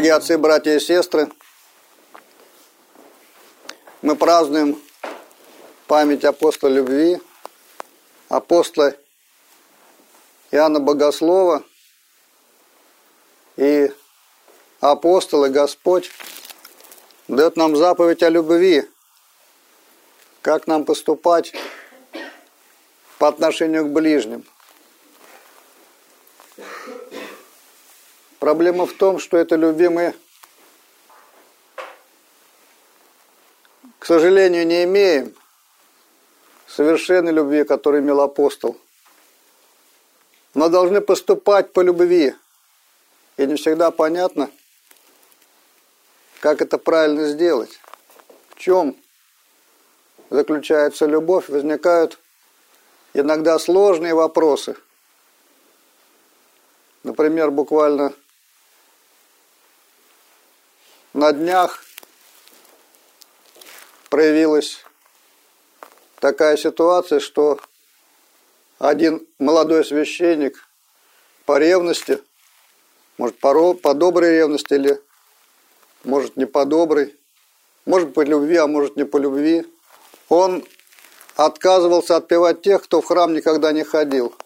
Дорогие отцы, братья и сестры, мы празднуем память апостола любви, апостола Иоанна Богослова, и апостол и Господь дает нам заповедь о любви, как нам поступать по отношению к ближним. Проблема в том, что этой любви мы, к сожалению, не имеем. Совершенной любви, которую имел апостол. Но должны поступать по любви. И не всегда понятно, как это правильно сделать. В чем заключается любовь? Возникают иногда сложные вопросы. Например, буквально на днях проявилась такая ситуация, что один молодой священник по ревности, может по доброй ревности или может не по доброй, может по любви, а может не по любви, он отказывался отпевать тех, кто в храм никогда не ходил.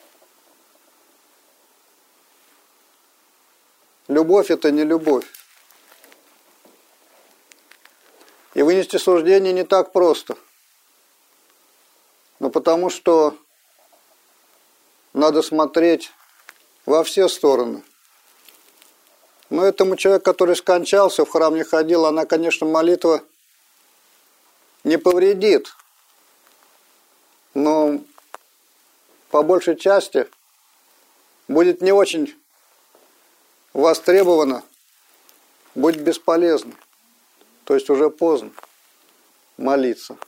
Любовь – это не любовь. И вынести суждение не так просто. Но потому что надо смотреть во все стороны. Но этому человеку, который скончался, в храм не ходил, она, конечно, молитва не повредит. Но по большей части будет не очень востребована, будет бесполезно. То есть уже поздно молиться.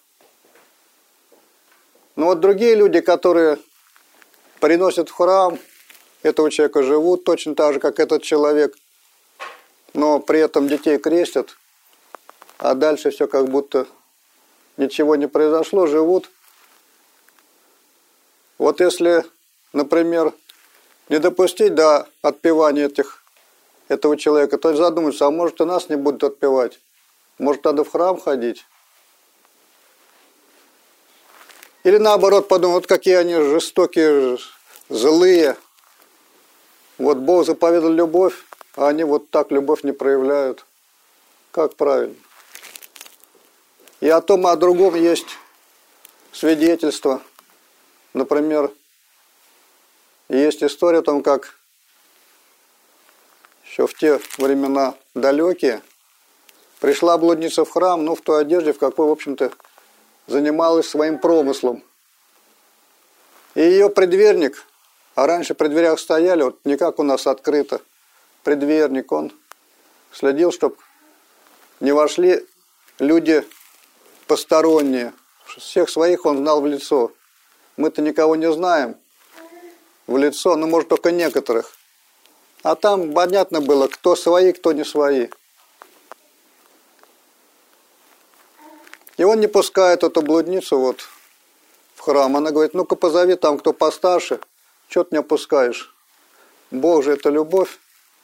Но вот другие люди, которые приносят в храм этого человека, живут точно так же, как этот человек, но при этом детей крестят, а дальше все как будто ничего не произошло, живут. Вот если, например, не допустить до отпевания этого человека, то задуматься, а может и нас не будут отпевать. Может, надо в храм ходить? Или наоборот подумать, вот какие они жестокие, злые. Вот Бог заповедал любовь, а они вот так любовь не проявляют. Как правильно? И о том, и о другом есть свидетельства. Например, есть история о том, как еще в те времена далекие пришла блудница в храм, в той одежде, в какой, в общем-то, занималась своим промыслом. И ее предверник, а раньше при дверях стояли, вот не как у нас открыто, предверник, он следил, чтобы не вошли люди посторонние. Всех своих он знал в лицо. Мы-то никого не знаем в лицо, может, только некоторых. А там понятно было, кто свои, кто не свои. И он не пускает эту блудницу вот в храм. Она говорит, ну-ка позови там, кто постарше. Чего ты не пускаешь? Бог же это любовь.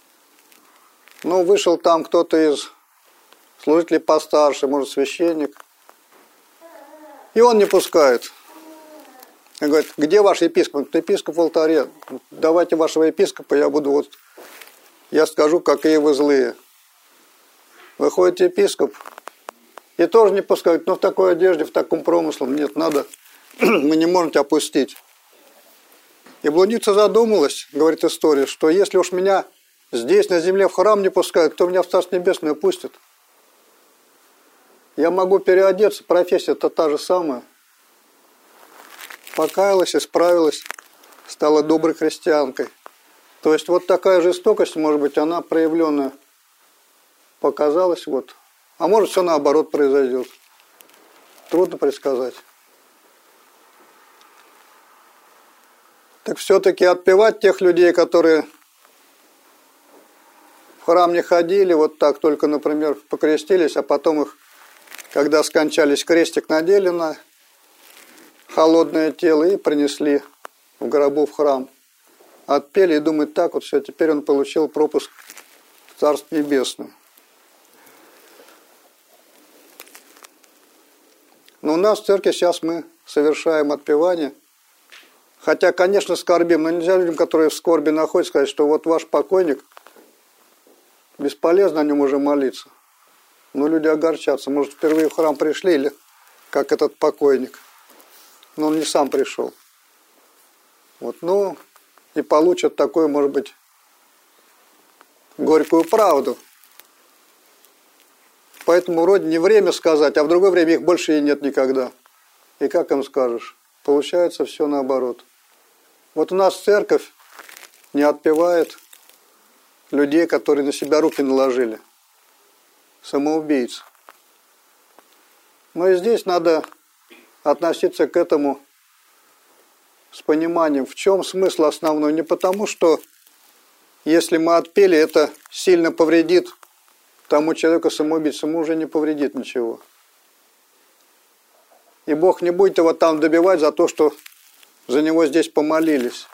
Вышел там кто-то из служителей постарше, может, священник. И он не пускает. Он говорит, где ваш епископ? Епископ в алтаре. Давайте вашего епископа, я скажу, какие вы злые. Выходит епископ. И тоже не пускают, в такой одежде, в таком промысле. Нет, надо, мы не можем тебя пустить. И блудница задумалась, говорит история, что если уж меня здесь, на земле, в храм не пускают, то меня в Царство Небесное пустят. Я могу переодеться, профессия-то та же самая. Покаялась, исправилась, стала доброй христианкой. То есть вот такая жестокость, может быть, она проявленная показалась А может, все наоборот произойдет. Трудно предсказать. Так все-таки отпевать тех людей, которые в храм не ходили, вот так только, например, покрестились, а потом их, когда скончались, крестик надели на холодное тело и принесли в гробу в храм. Отпели и думают, так вот все, теперь он получил пропуск Царство Небесное. Но у нас в церкви сейчас мы совершаем отпевание. Хотя, конечно, скорбим, но нельзя людям, которые в скорби находятся, сказать, что вот ваш покойник, бесполезно о нем уже молиться. Но люди огорчатся. Может, впервые в храм пришли, или как этот покойник. Но он не сам пришел. Вот, ну, и получат такую, может быть, горькую правду. Поэтому вроде не время сказать, а в другое время их больше и нет никогда. И как им скажешь? Получается все наоборот. Вот у нас церковь не отпевает людей, которые на себя руки наложили. Самоубийц. Но и здесь надо относиться к этому с пониманием, в чем смысл основной. Не потому, что если мы отпели, это сильно повредит тому человеку самоубийцу, ему уже не повредит ничего. И Бог не будет его там добивать за то, что за него здесь помолились.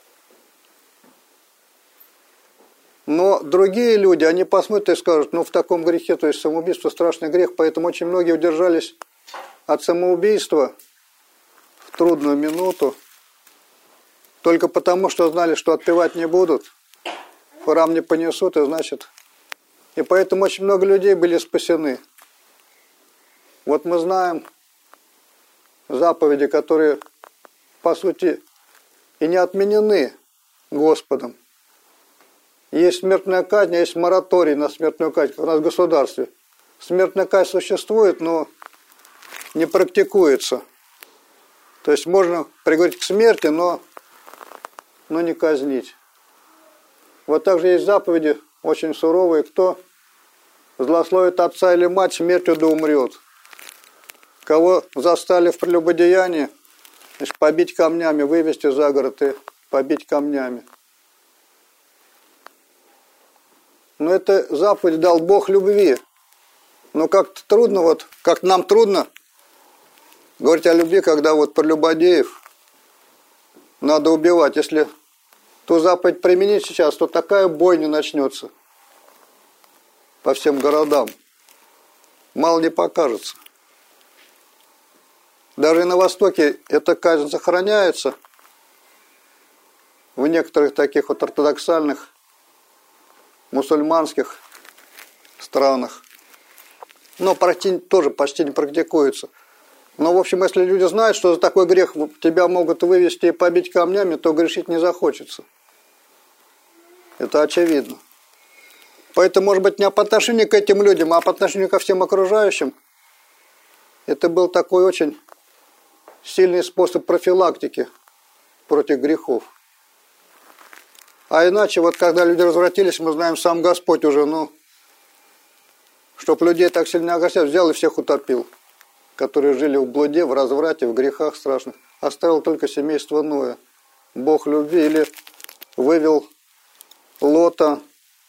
Но другие люди, они посмотрят и скажут, ну в таком грехе, то есть самоубийство страшный грех, поэтому очень многие удержались от самоубийства в трудную минуту, только потому, что знали, что отпевать не будут, в храм не понесут, и значит... И поэтому очень много людей были спасены. Вот мы знаем заповеди, которые, по сути, и не отменены Господом. Есть смертная казнь, есть мораторий на смертную казнь, как у нас в государстве. Смертная казнь существует, но не практикуется. То есть можно приговорить к смерти, но не казнить. Вот также есть заповеди очень суровые. Кто злословит отца или мать, смертью да умрет. Кого застали в прелюбодеянии, значит, побить камнями, вывести за город и побить камнями. Но это заповедь дал Бог любви. Но как-то трудно, вот, как нам трудно говорить о любви, когда вот прелюбодеев надо убивать. Если ту заповедь применить сейчас, то такая бойня начнется по всем городам. Мало не покажется. Даже и на Востоке эта казнь сохраняется. В некоторых таких вот ортодоксальных мусульманских странах. Но тоже почти не практикуется. Но, в общем, если люди знают, что за такой грех тебя могут вывести и побить камнями, то грешить не захочется. Это очевидно. Поэтому, может быть, не по отношению к этим людям, а по отношению ко всем окружающим, это был такой очень сильный способ профилактики против грехов. А иначе, вот когда люди развратились, мы знаем, сам Господь уже, чтоб людей так сильно огорчать, взял и всех утопил, которые жили в блуде, в разврате, в грехах страшных. Оставил только семейство Ноя, Бог любви, или вывел Лота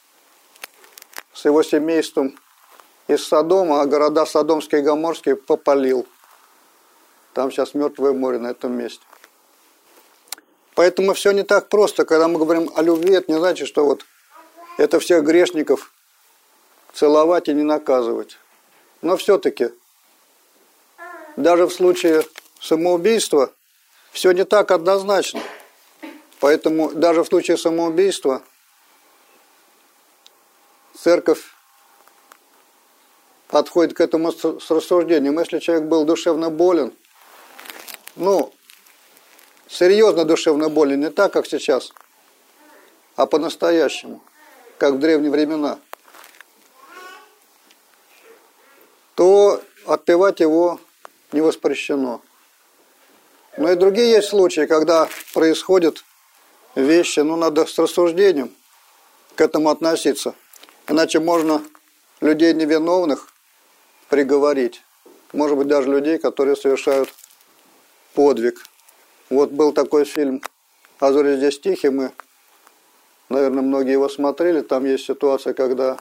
с его семейством из Содома, а города Содомские и Гоморские попалил. Там сейчас Мертвое море на этом месте. Поэтому все не так просто. Когда мы говорим о любви, это не значит, что вот это всех грешников целовать и не наказывать. Но все-таки, даже в случае самоубийства, все не так однозначно. Поэтому даже в случае самоубийства церковь подходит к этому с рассуждением. Если человек был душевно болен, серьезно душевно болен, не так, как сейчас, а по-настоящему, как в древние времена, то отпевать его не воспрещено. Но и другие есть случаи, когда происходят вещи, надо с рассуждением к этому относиться. Иначе можно людей невиновных приговорить. Может быть, даже людей, которые совершают подвиг. Вот был такой фильм «А зори здесь тихие», мы, наверное, многие его смотрели. Там есть ситуация, когда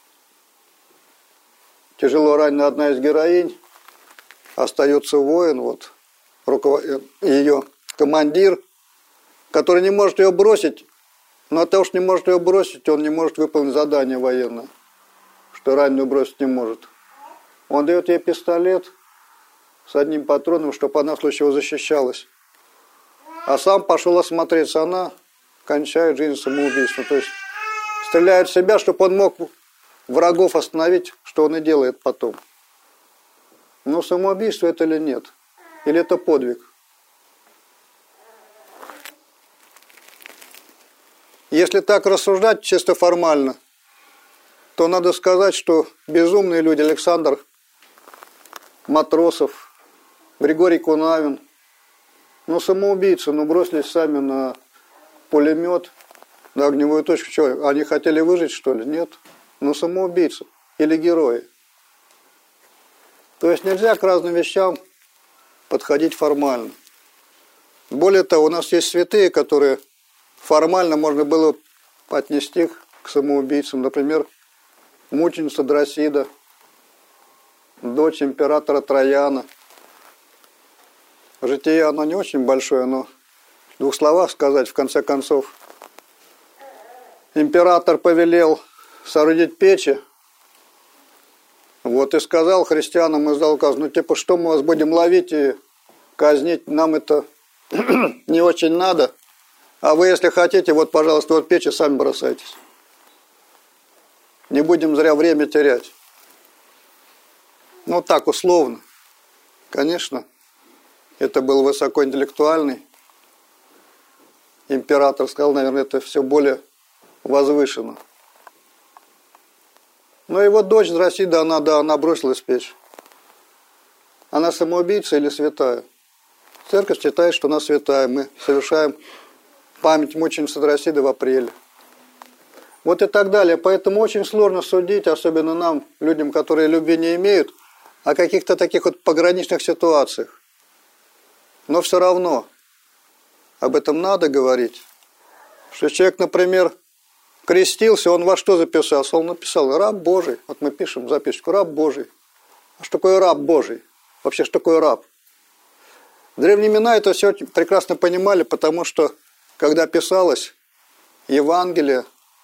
тяжело ранена одна из героинь, остается воин, ее командир, который не может ее бросить, Но от того, что не может ее бросить, он не может выполнить задание военное, что раненую бросить не может. Он дает ей пистолет с одним патроном, чтобы она в случае чего защищалась. А сам пошел осмотреться. Она кончает жизнь самоубийством. То есть стреляет в себя, чтобы он мог врагов остановить, что он и делает потом. Но самоубийство это или нет? Или это подвиг? Если так рассуждать чисто формально, то надо сказать, что безумные люди Александр Матросов, Григорий Кунавин, самоубийцы, бросились сами на пулемет, на огневую точку. Что, они хотели выжить, что ли? Нет. Самоубийцы или герои. То есть нельзя к разным вещам подходить формально. Более того, у нас есть святые, которые формально можно было отнести к самоубийцам. Например, мученица Дросида, дочь императора Трояна. Житие оно не очень большое, но в двух словах сказать, в конце концов, император повелел соорудить печи, и сказал христианам, издал указ, что мы вас будем ловить и казнить, нам это не очень надо, а вы, если хотите, пожалуйста, печи сами бросайтесь. Не будем зря время терять. Так условно. Конечно, это был высокоинтеллектуальный император, сказал, наверное, это все более возвышенно. Но его дочь Дросида, она бросилась в печь. Она самоубийца или святая? Церковь считает, что она святая. Мы совершаем память мученицы Дросиды в апреле. И так далее. Поэтому очень сложно судить, особенно нам, людям, которые любви не имеют, о каких-то таких пограничных ситуациях. Но все равно об этом надо говорить. Что человек, например, крестился, он во что записался? Он написал «раб Божий». Мы пишем записку «раб Божий». А что такое раб Божий? Вообще, что такое раб? В древние времена это все прекрасно понимали, потому что, когда писалось Евангелие,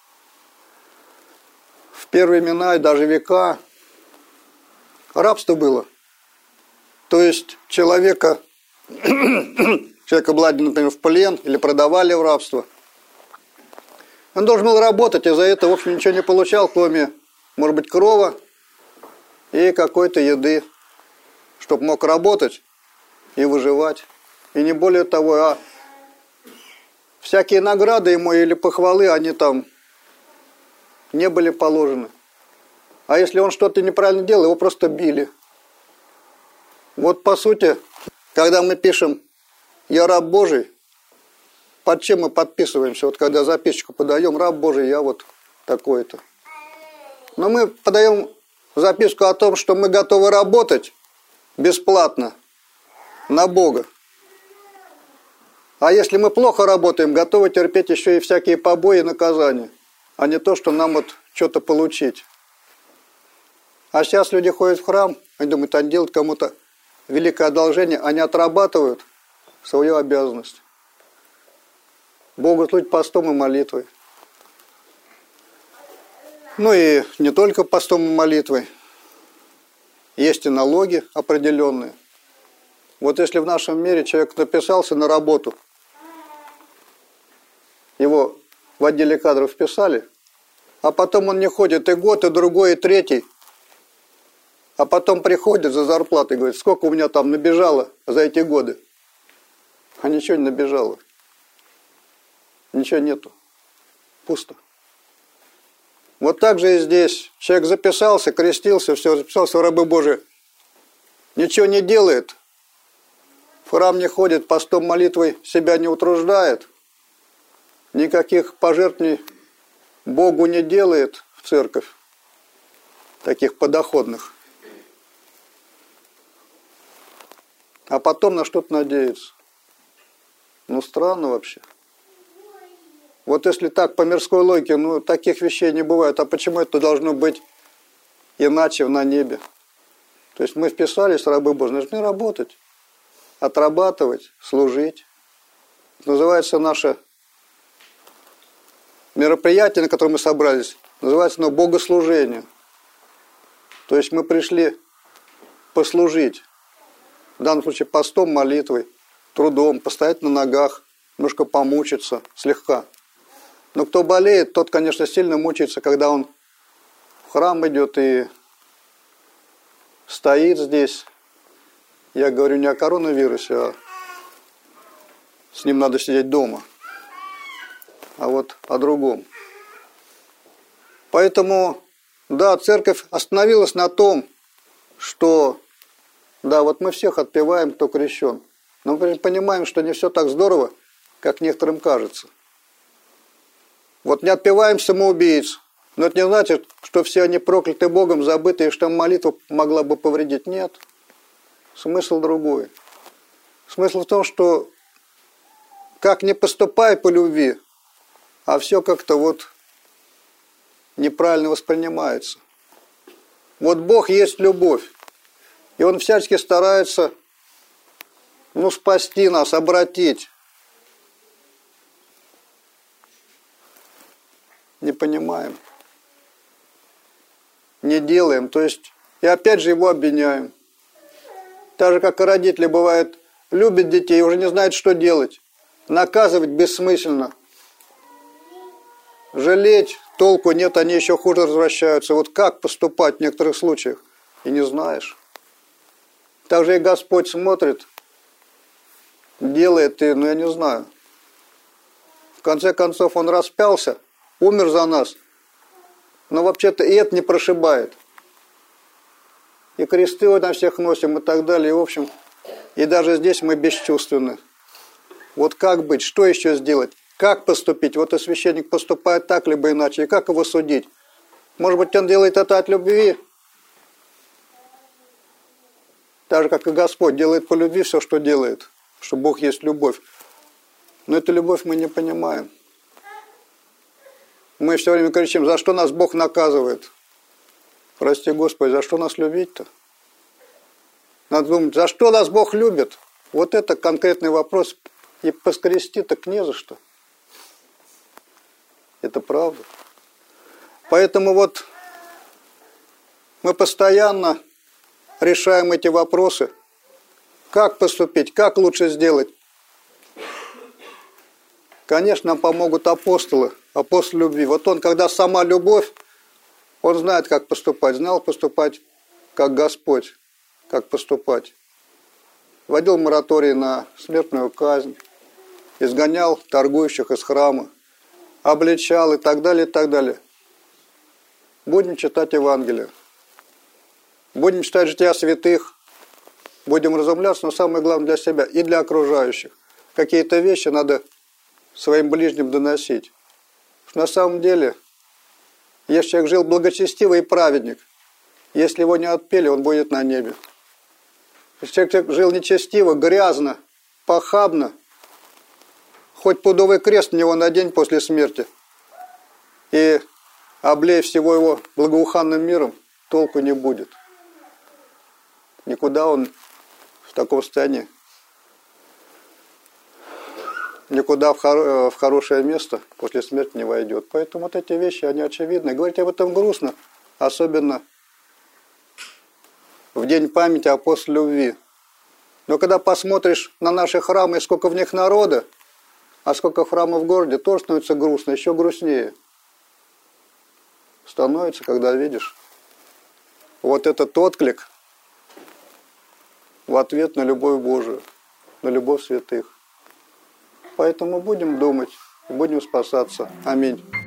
в первые времена и даже века, рабство было. То есть человека брали, например, в плен или продавали в рабство. Он должен был работать, и за это, в общем, ничего не получал, кроме, может быть, крова и какой-то еды, чтобы мог работать и выживать. И не более того, а всякие награды ему или похвалы, они там не были положены. А если он что-то неправильно делал, его просто били. По сути, когда мы пишем «Я раб Божий», под чем мы подписываемся? Когда записочку подаем, раб Божий, я такой-то. Но мы подаем записку о том, что мы готовы работать бесплатно на Бога. А если мы плохо работаем, готовы терпеть еще и всякие побои и наказания, а не то, что нам что-то получить. А сейчас люди ходят в храм, они думают, они делают кому-то великое одолжение, они отрабатывают свою обязанность. Богу служить постом и молитвой. И не только постом и молитвой. Есть и налоги определенные. Если в нашем мире человек написался на работу, его в отделе кадров вписали, а потом он не ходит и год, и другой, и третий, а потом приходит за зарплатой и говорит, сколько у меня там набежало за эти годы. А ничего не набежало. Ничего нету. Пусто. Так же и здесь. Человек записался, крестился, все, записался в рабы Божии. Ничего не делает. В храм не ходит, постом, молитвой себя не утруждает. Никаких пожертвований Богу не делает в церковь. Таких подоходных. А потом на что-то надеется. Странно вообще. Если так, по мирской логике, таких вещей не бывает. А почему это должно быть иначе на небе? То есть мы вписались, рабы Божьи, должны работать, отрабатывать, служить. Это называется наша мероприятие, на котором мы собрались, называется оно богослужение. То есть мы пришли послужить. В данном случае постом, молитвой, трудом, постоять на ногах, немножко помучиться, слегка. Но кто болеет, тот, конечно, сильно мучается, когда он в храм идет и стоит здесь. Я говорю не о коронавирусе, а с ним надо сидеть дома. А вот о другом. Поэтому, да, церковь остановилась на том, что, да, вот мы всех отпеваем, кто крещен. Но мы понимаем, что не все так здорово, как некоторым кажется. Вот не отпеваем самоубийц, но это не значит, что все они прокляты Богом, забыты, и что молитва могла бы повредить. Нет. Смысл другой. Смысл в том, что как не поступай по любви, а все как-то вот неправильно воспринимается. Вот Бог есть любовь, и Он всячески старается, спасти нас, обратить. Не понимаем, не делаем, то есть, и опять же его обвиняем. Так же, как и родители, бывает, любят детей, уже не знают, что делать. Наказывать бессмысленно. Жалеть толку нет, они еще хуже развращаются. Вот как поступать в некоторых случаях? И не знаешь. Также и Господь смотрит, делает, и, я не знаю. В конце концов, Он распялся, умер за нас. Но вообще-то и это не прошибает. И кресты на всех носим, и так далее. И, в общем, и даже здесь мы бесчувственны. Вот как быть, что еще сделать, как поступить? Вот и священник поступает так, либо иначе, и как его судить? Может быть, он делает это от любви? Так же, как и Господь делает по любви все, что делает, что Бог есть любовь. Но эту любовь мы не понимаем. Мы все время кричим, за что нас Бог наказывает? Прости, Господи, за что нас любить-то? Надо думать, за что нас Бог любит? Вот это конкретный вопрос. И поскрести так не за что. Это правда. Поэтому вот мы постоянно решаем эти вопросы. Как поступить, как лучше сделать? Конечно, нам помогут апостолы, апостол любви. Вот он, когда сама любовь, он знает, как поступать. Знал поступать, как Господь, как поступать. Вводил мораторий на смертную казнь. Изгонял торгующих из храма, обличал и так далее, и так далее. Будем читать Евангелие. Будем читать жития святых. Будем разумляться, но самое главное для себя и для окружающих. Какие-то вещи надо своим ближним доносить. На самом деле, если человек жил благочестивый и праведник, если его не отпели, он будет на небе. Если человек жил нечестиво, грязно, похабно, хоть пудовый крест на него надень после смерти и облей всего его благоуханным миром, толку не будет. Никуда он в таком состоянии, никуда в хорошее место после смерти не войдет. Поэтому вот эти вещи, они очевидны. Говорить об этом грустно, особенно в день памяти апостола любви. Но когда посмотришь на наши храмы, и сколько в них народа, а сколько храмов в городе, тоже становится грустно, еще грустнее. Становится, когда видишь вот этот отклик в ответ на любовь Божию, на любовь святых. Поэтому будем думать, будем спасаться. Аминь.